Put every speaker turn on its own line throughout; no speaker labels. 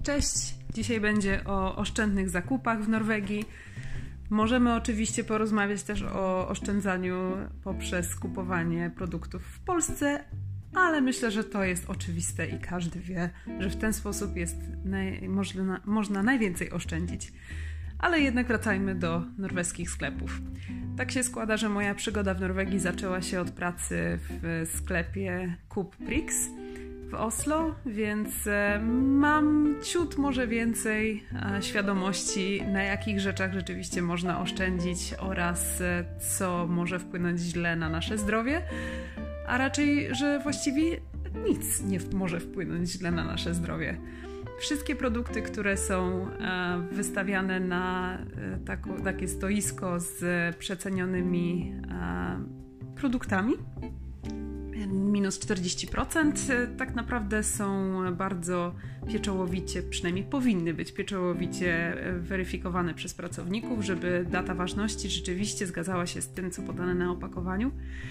Cześć! Dzisiaj będzie o oszczędnych zakupach w Norwegii. Możemy oczywiście porozmawiać też o oszczędzaniu poprzez kupowanie produktów w Polsce, ale myślę, że to jest oczywiste i każdy wie, że w ten sposób można najwięcej oszczędzić. Ale jednak wracajmy do norweskich sklepów. Tak się składa, że moja przygoda w Norwegii zaczęła się od pracy w sklepie Coop Prix w Oslo, więc mam ciut może więcej świadomości, na jakich rzeczach rzeczywiście można oszczędzić oraz co może wpłynąć źle na nasze zdrowie, a raczej, że właściwie nic nie może wpłynąć źle na nasze zdrowie. Wszystkie produkty, które są wystawiane na takie stoisko z przecenionymi produktami, minus 40%, tak naprawdę są bardzo pieczołowicie, przynajmniej powinny być pieczołowicie weryfikowane przez pracowników, żeby data ważności rzeczywiście zgadzała się z tym, co podane na opakowaniu.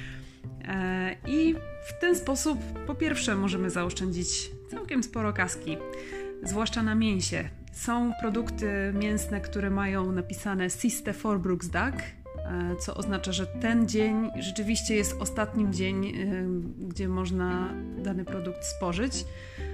I w ten sposób po pierwsze możemy zaoszczędzić całkiem sporo kaski, zwłaszcza na mięsie. Są produkty mięsne, które mają napisane Siste Forbruksdag, co oznacza, że ten dzień rzeczywiście jest ostatnim dzień, gdzie można dany produkt spożyć.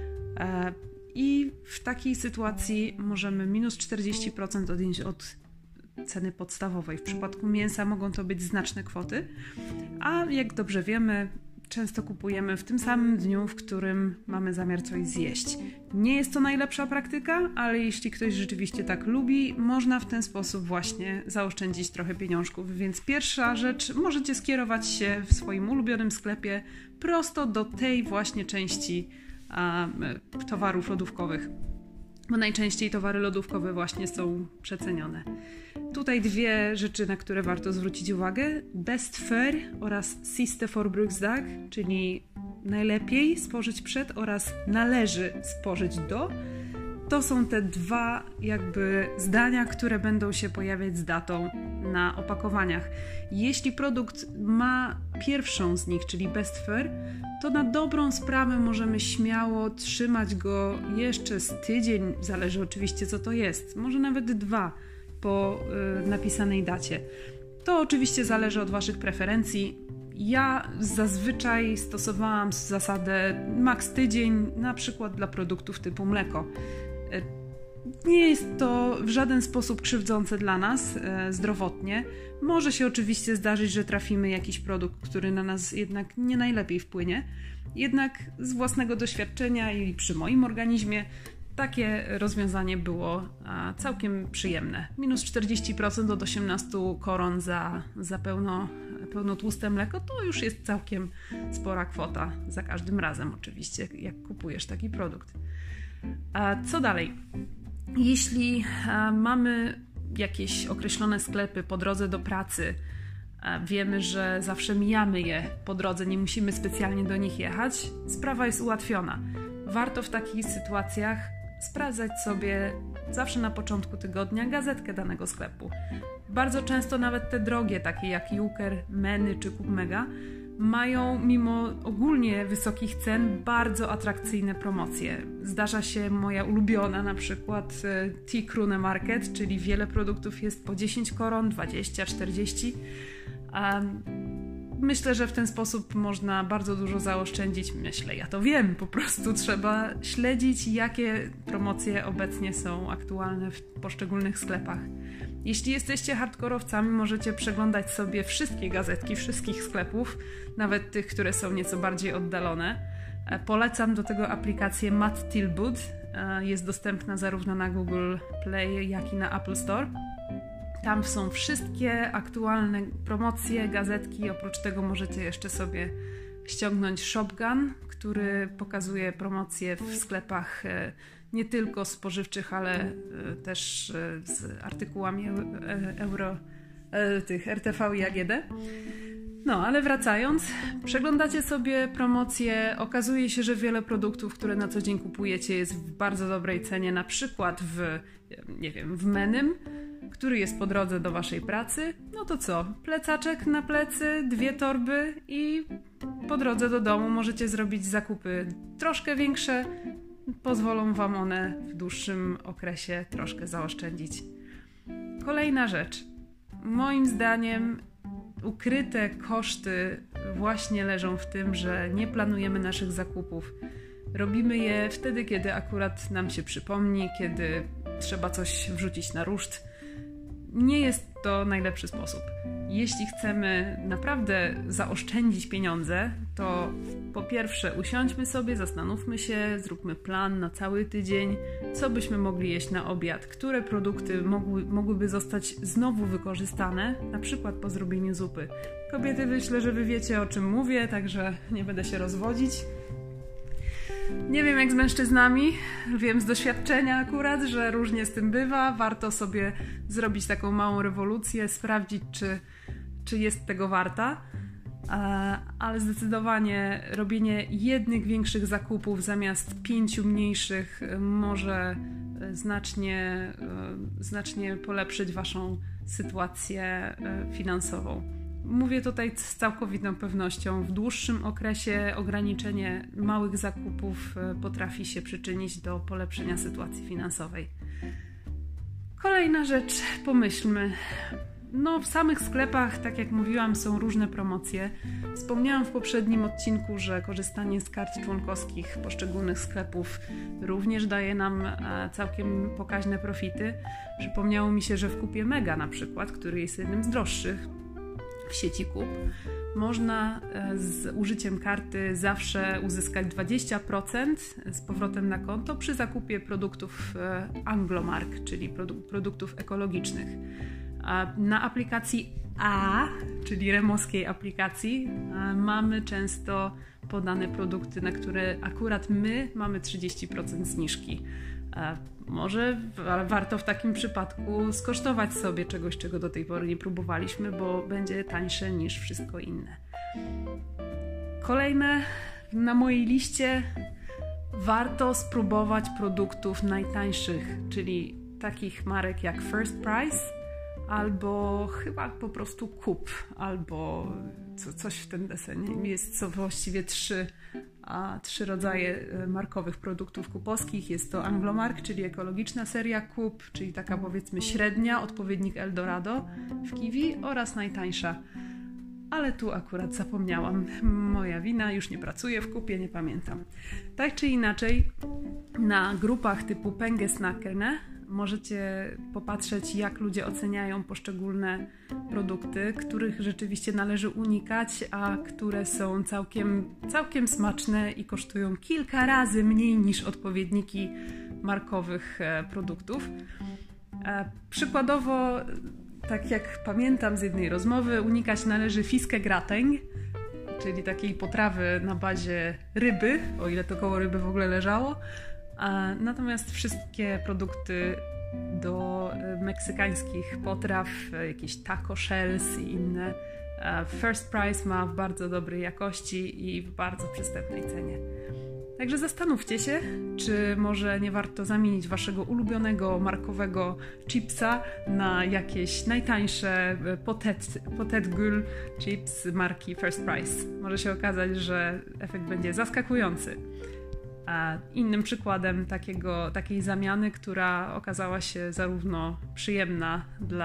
I w takiej sytuacji możemy minus 40% odjąć od ceny podstawowej. W przypadku mięsa mogą to być znaczne kwoty, a jak dobrze wiemy, często kupujemy w tym samym dniu, w którym mamy zamiar coś zjeść. Nie jest to najlepsza praktyka, ale jeśli ktoś rzeczywiście tak lubi, można w ten sposób właśnie zaoszczędzić trochę pieniążków. Więc pierwsza rzecz, możecie skierować się w swoim ulubionym sklepie prosto do tej właśnie części towarów lodówkowych. Bo najczęściej towary lodówkowe właśnie są przecenione. Tutaj dwie rzeczy, na które warto zwrócić uwagę. Best Før oraz Siste Forbruksdag, czyli najlepiej spożyć przed oraz należy spożyć do. To są te dwa zdania, które będą się pojawiać z datą na opakowaniach. Jeśli produkt ma pierwszą z nich, czyli Best Før, to na dobrą sprawę możemy śmiało trzymać go jeszcze z tydzień, zależy oczywiście co to jest, może nawet 2 po napisanej dacie. To oczywiście zależy od Waszych preferencji. Ja zazwyczaj stosowałam zasadę max tydzień, na przykład dla produktów typu mleko. Nie jest to w żaden sposób krzywdzące dla nas zdrowotnie. Może się oczywiście zdarzyć, że trafimy jakiś produkt, który na nas jednak nie najlepiej wpłynie. Jednak z własnego doświadczenia i przy moim organizmie takie rozwiązanie było całkiem przyjemne. Minus 40% od 18 koron za pełnotłuste mleko to już jest całkiem spora kwota za każdym razem oczywiście, jak kupujesz taki produkt. A co dalej? Jeśli mamy jakieś określone sklepy po drodze do pracy, wiemy, że zawsze mijamy je po drodze, nie musimy specjalnie do nich jechać, sprawa jest ułatwiona. Warto w takich sytuacjach sprawdzać sobie zawsze na początku tygodnia gazetkę danego sklepu. Bardzo często nawet te drogie, takie jak Joker, Meny czy Coop Mega, mają mimo ogólnie wysokich cen bardzo atrakcyjne promocje. Zdarza się moja ulubiona, na przykład T-Krone Market, czyli wiele produktów jest po 10 koron, 20, 40. Myślę, że w ten sposób można bardzo dużo zaoszczędzić. Ja to wiem, po prostu trzeba śledzić, jakie promocje obecnie są aktualne w poszczególnych sklepach. Jeśli jesteście hardkorowcami, możecie przeglądać sobie wszystkie gazetki wszystkich sklepów, nawet tych, które są nieco bardziej oddalone. Polecam do tego aplikację Mattilbud. Jest dostępna zarówno na Google Play, jak i na Apple Store. Tam są wszystkie aktualne promocje, gazetki. Oprócz tego możecie jeszcze sobie ściągnąć Shopgun, który pokazuje promocje w sklepach nie tylko spożywczych, ale też z artykułami RTV i AGD. No, ale wracając, przeglądacie sobie promocje, okazuje się, że wiele produktów, które na co dzień kupujecie, jest w bardzo dobrej cenie, na przykład w Menym, który jest po drodze do waszej pracy. No to co? Plecaczek na plecy, 2 torby i po drodze do domu możecie zrobić zakupy troszkę większe, pozwolą Wam one w dłuższym okresie troszkę zaoszczędzić. Kolejna rzecz. Moim zdaniem ukryte koszty właśnie leżą w tym, że nie planujemy naszych zakupów. Robimy je wtedy, kiedy akurat nam się przypomni, kiedy trzeba coś wrzucić na ruszt. Nie jest to najlepszy sposób. Jeśli chcemy naprawdę zaoszczędzić pieniądze, to po pierwsze usiądźmy sobie, zastanówmy się, zróbmy plan na cały tydzień, co byśmy mogli jeść na obiad, które produkty mogłyby zostać znowu wykorzystane, na przykład po zrobieniu zupy. Kobiety, myślę, że wy wiecie, o czym mówię, także nie będę się rozwodzić. Nie wiem jak z mężczyznami, wiem z doświadczenia akurat, że różnie z tym bywa. Warto sobie zrobić taką małą rewolucję, sprawdzić czy jest tego warta. Ale zdecydowanie robienie jednych większych zakupów zamiast 5 mniejszych może znacznie polepszyć Waszą sytuację finansową. Mówię tutaj z całkowitą pewnością. W dłuższym okresie ograniczenie małych zakupów potrafi się przyczynić do polepszenia sytuacji finansowej. Kolejna rzecz, pomyślmy. W samych sklepach, tak jak mówiłam, są różne promocje. Wspomniałam w poprzednim odcinku, że korzystanie z kart członkowskich poszczególnych sklepów również daje nam całkiem pokaźne profity. Przypomniało mi się, że w Kupie Mega na przykład, który jest jednym z droższych w sieci Kup, można z użyciem karty zawsze uzyskać 20% z powrotem na konto przy zakupie produktów Anglomark, czyli produktów ekologicznych. A na aplikacji czyli remowskiej aplikacji, mamy często podane produkty, na które akurat my mamy 30% zniżki. Może warto w takim przypadku skosztować sobie czegoś, czego do tej pory nie próbowaliśmy, bo będzie tańsze niż wszystko inne. Kolejne na mojej liście: warto spróbować produktów najtańszych, czyli takich marek jak First Price albo chyba po prostu Coop, albo coś w ten deseń. Jest to właściwie trzy rodzaje markowych produktów kupowskich. Jest to Anglomark, czyli ekologiczna seria Coop, czyli taka powiedzmy średnia, odpowiednik Eldorado w Kiwi, oraz najtańsza. Ale tu akurat zapomniałam. Moja wina, już nie pracuję w Coopie, nie pamiętam. Tak czy inaczej, na grupach typu Pengesnackerne możecie popatrzeć, jak ludzie oceniają poszczególne produkty, których rzeczywiście należy unikać, a które są całkiem smaczne i kosztują kilka razy mniej niż odpowiedniki markowych produktów. Przykładowo, tak jak pamiętam z jednej rozmowy, unikać należy Fiskegratin, czyli takiej potrawy na bazie ryby, o ile to koło ryby w ogóle leżało. Natomiast wszystkie produkty do meksykańskich potraw, jakieś taco shells i inne, First Price ma w bardzo dobrej jakości i w bardzo przystępnej cenie. Także zastanówcie się, czy może nie warto zamienić waszego ulubionego markowego chipsa na jakieś najtańsze Potet Gull chips marki First Price. Może się okazać, że efekt będzie zaskakujący. A innym przykładem takiej zamiany, która okazała się zarówno przyjemna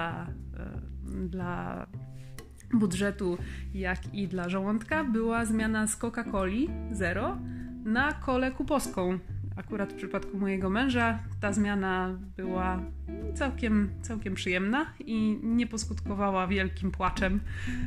dla budżetu, jak i dla żołądka, była zmiana z Coca-Coli Zero na kolę kupowską. Akurat w przypadku mojego męża ta zmiana była całkiem przyjemna i nie poskutkowała wielkim płaczem,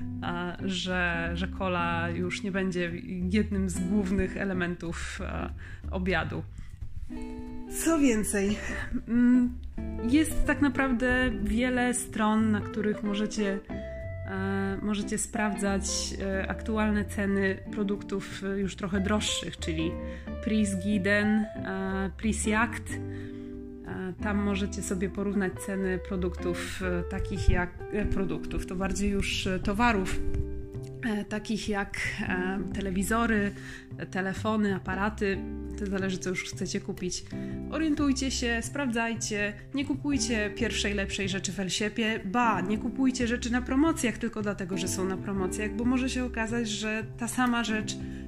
że kola już nie będzie jednym z głównych elementów obiadu. Co więcej, jest tak naprawdę wiele stron, na których możecie sprawdzać aktualne ceny produktów już trochę droższych, czyli Prisgieden, Prisjakt. Tam możecie sobie porównać ceny produktów takich jak to bardziej już towarów, takich jak telewizory, telefony, aparaty. To zależy, co już chcecie kupić. Orientujcie się, sprawdzajcie, nie kupujcie pierwszej, lepszej rzeczy w Elsiepie, nie kupujcie rzeczy na promocjach tylko dlatego, że są na promocjach, bo może się okazać, że ta sama rzecz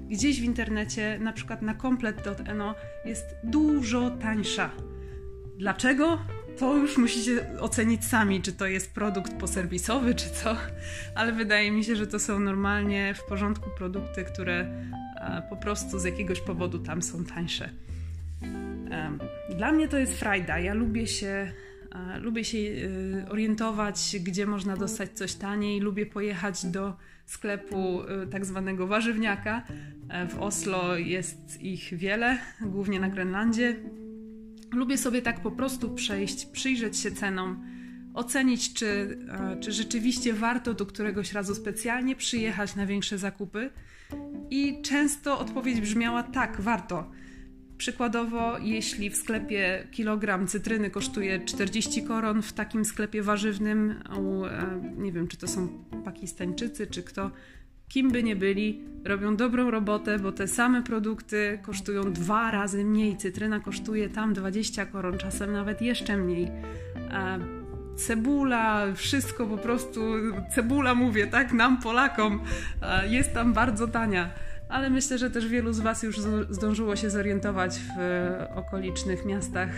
gdzieś w internecie, na przykład na komplet.no, jest dużo tańsza. Dlaczego? To już musicie ocenić sami, czy to jest produkt poserwisowy, czy co, ale wydaje mi się, że to są normalnie w porządku produkty, które po prostu z jakiegoś powodu tam są tańsze. Dla mnie to jest frajda. Ja lubię się orientować, gdzie można dostać coś taniej. Lubię pojechać do sklepu tak zwanego warzywniaka. W Oslo jest ich wiele, głównie na Grenlandzie. Lubię sobie tak po prostu przejść, przyjrzeć się cenom, ocenić, czy rzeczywiście warto do któregoś razu specjalnie przyjechać na większe zakupy. I często odpowiedź brzmiała tak, warto. Przykładowo, jeśli w sklepie kilogram cytryny kosztuje 40 koron, w takim sklepie warzywnym, nie wiem, czy to są Pakistańczycy, czy kto, kim by nie byli, robią dobrą robotę, bo te same produkty kosztują 2 razy mniej. Cytryna kosztuje tam 20 koron, czasem nawet jeszcze mniej. Cebula, wszystko po prostu, cebula mówię, tak, nam Polakom, jest tam bardzo tania. Ale myślę, że też wielu z Was już zdążyło się zorientować w okolicznych miastach,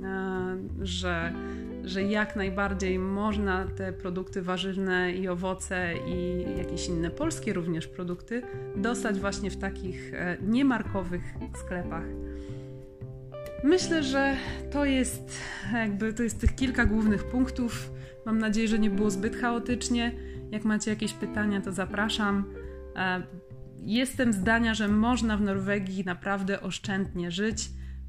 że jak najbardziej można te produkty warzywne i owoce i jakieś inne polskie również produkty dostać właśnie w takich niemarkowych sklepach. Myślę, że to jest tych kilka głównych punktów. Mam nadzieję, że nie było zbyt chaotycznie. Jak macie jakieś pytania, to zapraszam. Jestem zdania, że można w Norwegii naprawdę oszczędnie żyć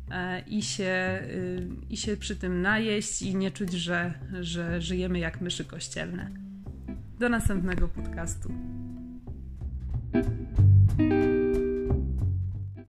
i się przy tym najeść i nie czuć, że żyjemy jak myszy kościelne. Do następnego podcastu.